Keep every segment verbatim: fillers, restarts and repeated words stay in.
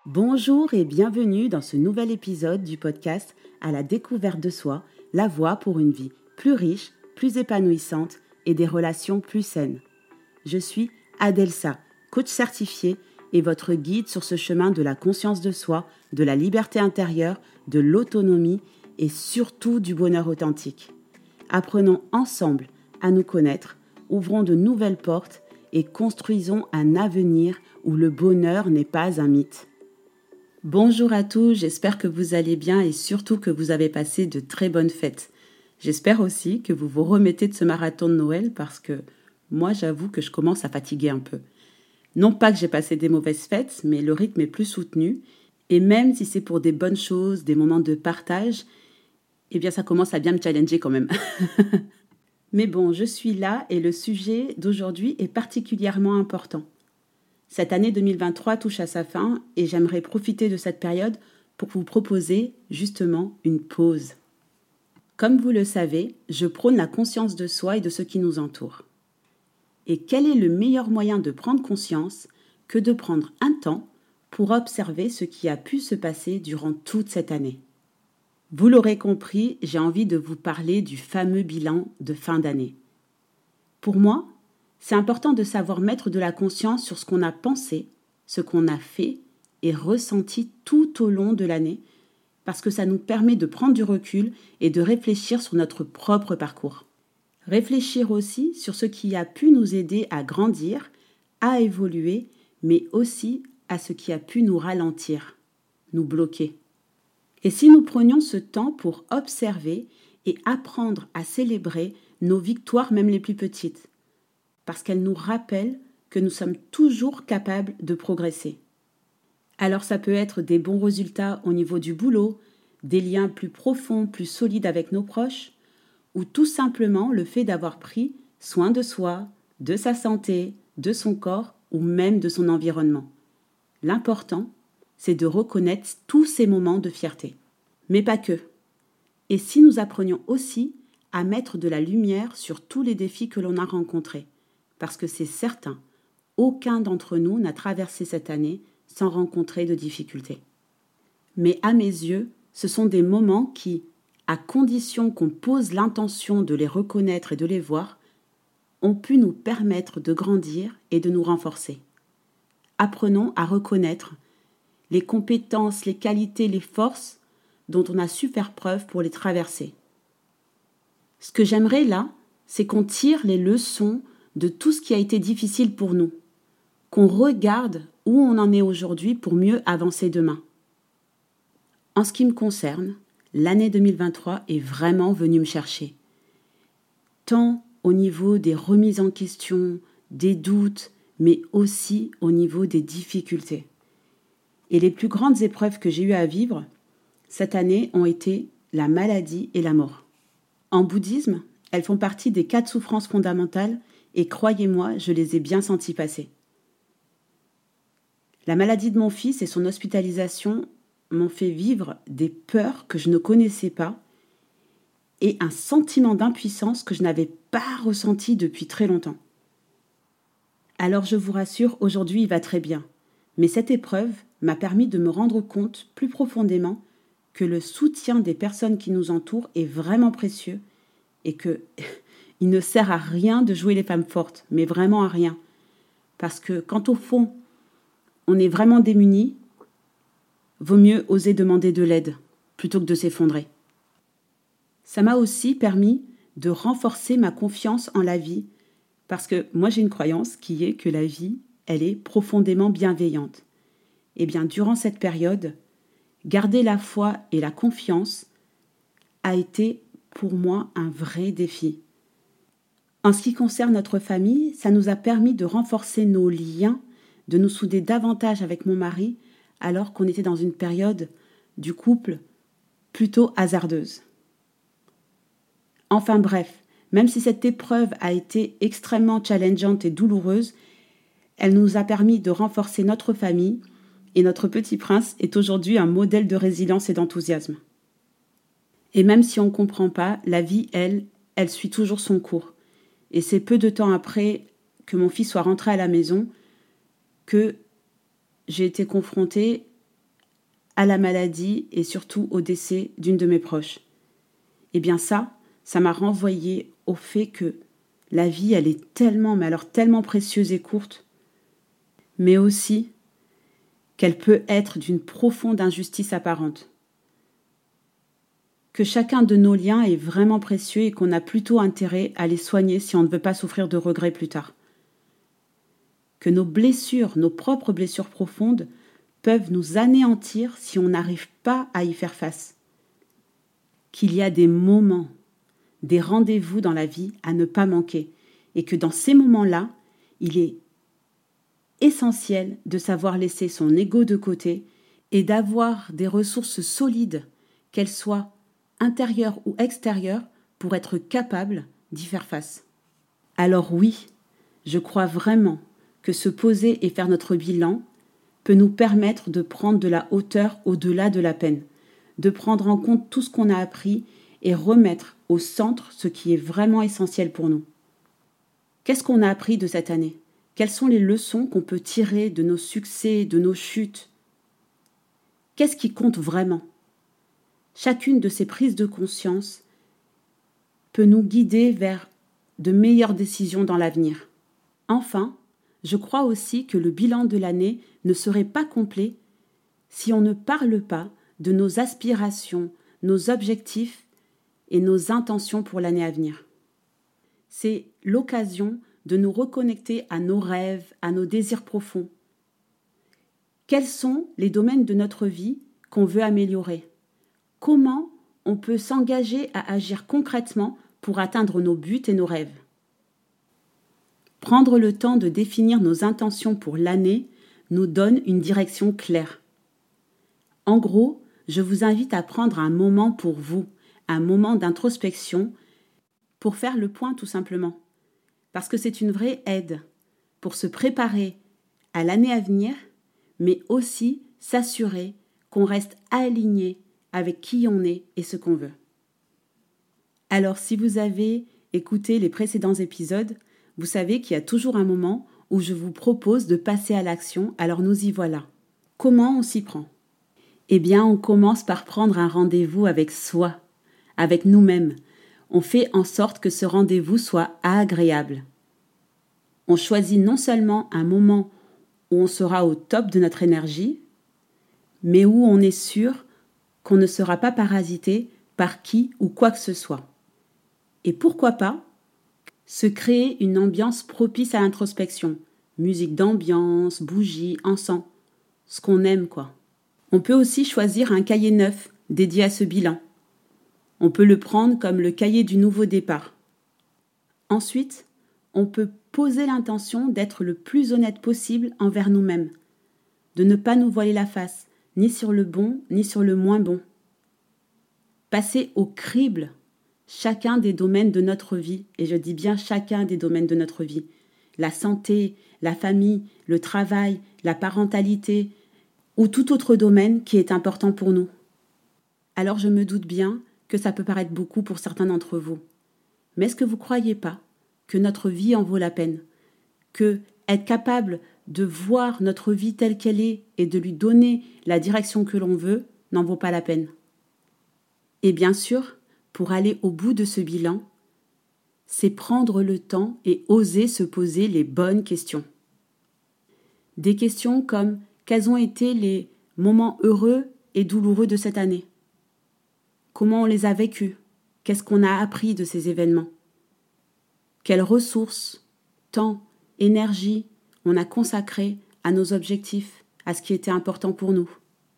Bonjour et bienvenue dans ce nouvel épisode du podcast À la découverte de soi, la voie pour une vie plus riche, plus épanouissante et des relations plus saines. Je suis Adelsa, coach certifiée et votre guide sur ce chemin de la conscience de soi, de la liberté intérieure, de l'autonomie et surtout du bonheur authentique. Apprenons ensemble à nous connaître, ouvrons de nouvelles portes et construisons un avenir où le bonheur n'est pas un mythe. Bonjour à tous, j'espère que vous allez bien et surtout que vous avez passé de très bonnes fêtes. J'espère aussi que vous vous remettez de ce marathon de Noël parce que moi j'avoue que je commence à fatiguer un peu. Non pas que j'ai passé des mauvaises fêtes, mais le rythme est plus soutenu et même si c'est pour des bonnes choses, des moments de partage, eh bien ça commence à bien me challenger quand même. Mais bon, je suis là et le sujet d'aujourd'hui est particulièrement important. Cette année deux mille vingt-trois touche à sa fin et j'aimerais profiter de cette période pour vous proposer justement une pause. Comme vous le savez, je prône la conscience de soi et de ce qui nous entoure. Et quel est le meilleur moyen de prendre conscience que de prendre un temps pour observer ce qui a pu se passer durant toute cette année ? Vous l'aurez compris, j'ai envie de vous parler du fameux bilan de fin d'année. Pour moi, c'est important de savoir mettre de la conscience sur ce qu'on a pensé, ce qu'on a fait et ressenti tout au long de l'année, parce que ça nous permet de prendre du recul et de réfléchir sur notre propre parcours. Réfléchir aussi sur ce qui a pu nous aider à grandir, à évoluer, mais aussi à ce qui a pu nous ralentir, nous bloquer. Et si nous prenions ce temps pour observer et apprendre à célébrer nos victoires, même les plus petites, parce qu'elle nous rappelle que nous sommes toujours capables de progresser. Alors ça peut être des bons résultats au niveau du boulot, des liens plus profonds, plus solides avec nos proches, ou tout simplement le fait d'avoir pris soin de soi, de sa santé, de son corps ou même de son environnement. L'important, c'est de reconnaître tous ces moments de fierté. Mais pas que. Et si nous apprenions aussi à mettre de la lumière sur tous les défis que l'on a rencontrés, parce que c'est certain, aucun d'entre nous n'a traversé cette année sans rencontrer de difficultés. Mais à mes yeux, ce sont des moments qui, à condition qu'on pose l'intention de les reconnaître et de les voir, ont pu nous permettre de grandir et de nous renforcer. Apprenons à reconnaître les compétences, les qualités, les forces dont on a su faire preuve pour les traverser. Ce que j'aimerais là, c'est qu'on tire les leçons de tout ce qui a été difficile pour nous, qu'on regarde où on en est aujourd'hui pour mieux avancer demain. En ce qui me concerne, l'année deux mille vingt-trois est vraiment venue me chercher. Tant au niveau des remises en question, des doutes, mais aussi au niveau des difficultés. Et les plus grandes épreuves que j'ai eues à vivre cette année ont été la maladie et la mort. En bouddhisme, elles font partie des quatre souffrances fondamentales et croyez-moi, je les ai bien senties passer. La maladie de mon fils et son hospitalisation m'ont fait vivre des peurs que je ne connaissais pas et un sentiment d'impuissance que je n'avais pas ressenti depuis très longtemps. Alors je vous rassure, aujourd'hui il va très bien. Mais cette épreuve m'a permis de me rendre compte plus profondément que le soutien des personnes qui nous entourent est vraiment précieux et que il ne sert à rien de jouer les femmes fortes, mais vraiment à rien. Parce que quand au fond, on est vraiment démunis, vaut mieux oser demander de l'aide plutôt que de s'effondrer. Ça m'a aussi permis de renforcer ma confiance en la vie, parce que moi j'ai une croyance qui est que la vie, elle est profondément bienveillante. Et bien durant cette période, garder la foi et la confiance a été pour moi un vrai défi. En ce qui concerne notre famille, ça nous a permis de renforcer nos liens, de nous souder davantage avec mon mari, alors qu'on était dans une période du couple plutôt hasardeuse. Enfin bref, même si cette épreuve a été extrêmement challengeante et douloureuse, elle nous a permis de renforcer notre famille et notre petit prince est aujourd'hui un modèle de résilience et d'enthousiasme. Et même si on ne comprend pas, la vie, elle, elle suit toujours son cours. Et c'est peu de temps après que mon fils soit rentré à la maison que j'ai été confrontée à la maladie et surtout au décès d'une de mes proches. Eh bien ça, ça m'a renvoyé au fait que la vie, elle est tellement, mais alors tellement précieuse et courte, mais aussi qu'elle peut être d'une profonde injustice apparente. Que chacun de nos liens est vraiment précieux et qu'on a plutôt intérêt à les soigner si on ne veut pas souffrir de regrets plus tard. Que nos blessures, nos propres blessures profondes, peuvent nous anéantir si on n'arrive pas à y faire face. Qu'il y a des moments, des rendez-vous dans la vie à ne pas manquer, et que dans ces moments-là, il est essentiel de savoir laisser son ego de côté et d'avoir des ressources solides, qu'elles soient intérieures ou extérieures, pour être capable d'y faire face. Alors oui, je crois vraiment que se poser et faire notre bilan peut nous permettre de prendre de la hauteur au-delà de la peine, de prendre en compte tout ce qu'on a appris et remettre au centre ce qui est vraiment essentiel pour nous. Qu'est-ce qu'on a appris de cette année ? Quelles sont les leçons qu'on peut tirer de nos succès, de nos chutes ? Qu'est-ce qui compte vraiment ? Chacune de ces prises de conscience peut nous guider vers de meilleures décisions dans l'avenir. Enfin, je crois aussi que le bilan de l'année ne serait pas complet si on ne parle pas de nos aspirations, nos objectifs et nos intentions pour l'année à venir. C'est l'occasion de nous reconnecter à nos rêves, à nos désirs profonds. Quels sont les domaines de notre vie qu'on veut améliorer ? Comment on peut s'engager à agir concrètement pour atteindre nos buts et nos rêves ? Prendre le temps de définir nos intentions pour l'année nous donne une direction claire. En gros, je vous invite à prendre un moment pour vous, un moment d'introspection, pour faire le point tout simplement. Parce que c'est une vraie aide pour se préparer à l'année à venir, mais aussi s'assurer qu'on reste aligné avec qui on est et ce qu'on veut. Alors si vous avez écouté les précédents épisodes, vous savez qu'il y a toujours un moment où je vous propose de passer à l'action, alors nous y voilà. Comment on s'y prend ? Eh bien, on commence par prendre un rendez-vous avec soi, avec nous-mêmes. On fait en sorte que ce rendez-vous soit agréable. On choisit non seulement un moment où on sera au top de notre énergie, mais où on est sûr qu'on ne sera pas parasité par qui ou quoi que ce soit. Et pourquoi pas se créer une ambiance propice à l'introspection, musique d'ambiance, bougies, encens, ce qu'on aime quoi. On peut aussi choisir un cahier neuf dédié à ce bilan. On peut le prendre comme le cahier du nouveau départ. Ensuite, on peut poser l'intention d'être le plus honnête possible envers nous-mêmes, de ne pas nous voiler la face, ni sur le bon, ni sur le moins bon. Passer au crible chacun des domaines de notre vie, et je dis bien chacun des domaines de notre vie, la santé, la famille, le travail, la parentalité, ou tout autre domaine qui est important pour nous. Alors je me doute bien que ça peut paraître beaucoup pour certains d'entre vous. Mais est-ce que vous ne croyez pas que notre vie en vaut la peine ? Que être capable de voir notre vie telle qu'elle est et de lui donner la direction que l'on veut n'en vaut pas la peine ? Et bien sûr, pour aller au bout de ce bilan, c'est prendre le temps et oser se poser les bonnes questions. Des questions comme « Quels ont été les moments heureux et douloureux de cette année ? Comment on les a vécus ? Qu'est-ce qu'on a appris de ces événements ? Quelles ressources, temps, énergie on a consacré à nos objectifs, à ce qui était important pour nous ?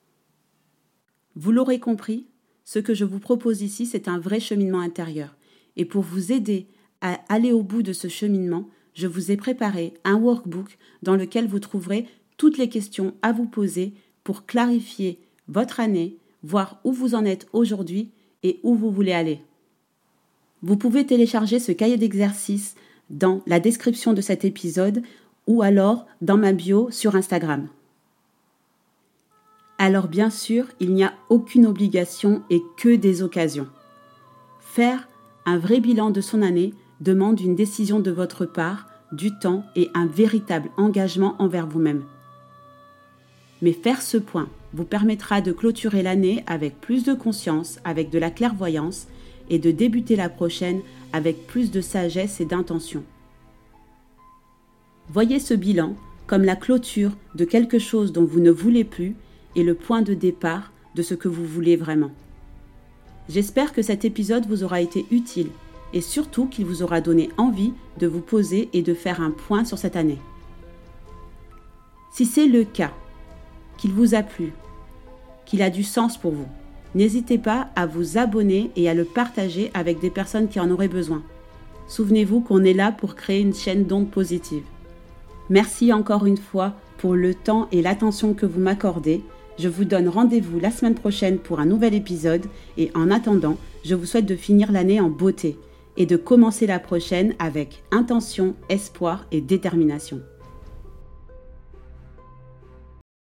Vous l'aurez compris, ce que je vous propose ici, c'est un vrai cheminement intérieur. Et pour vous aider à aller au bout de ce cheminement, je vous ai préparé un workbook dans lequel vous trouverez toutes les questions à vous poser pour clarifier votre année, voir où vous en êtes aujourd'hui et où vous voulez aller. Vous pouvez télécharger ce cahier d'exercices dans la description de cet épisode ou alors dans ma bio sur Instagram. Alors bien sûr, il n'y a aucune obligation et que des occasions. Faire un vrai bilan de son année demande une décision de votre part, du temps et un véritable engagement envers vous-même. Mais faire ce point vous permettra de clôturer l'année avec plus de conscience, avec de la clairvoyance et de débuter la prochaine avec plus de sagesse et d'intention. Voyez ce bilan comme la clôture de quelque chose dont vous ne voulez plus et le point de départ de ce que vous voulez vraiment. J'espère que cet épisode vous aura été utile et surtout qu'il vous aura donné envie de vous poser et de faire un point sur cette année. Si c'est le cas, qu'il vous a plu, qu'il a du sens pour vous, n'hésitez pas à vous abonner et à le partager avec des personnes qui en auraient besoin. Souvenez-vous qu'on est là pour créer une chaîne d'ondes positives. Merci encore une fois pour le temps et l'attention que vous m'accordez. Je vous donne rendez-vous la semaine prochaine pour un nouvel épisode et en attendant, je vous souhaite de finir l'année en beauté et de commencer la prochaine avec intention, espoir et détermination.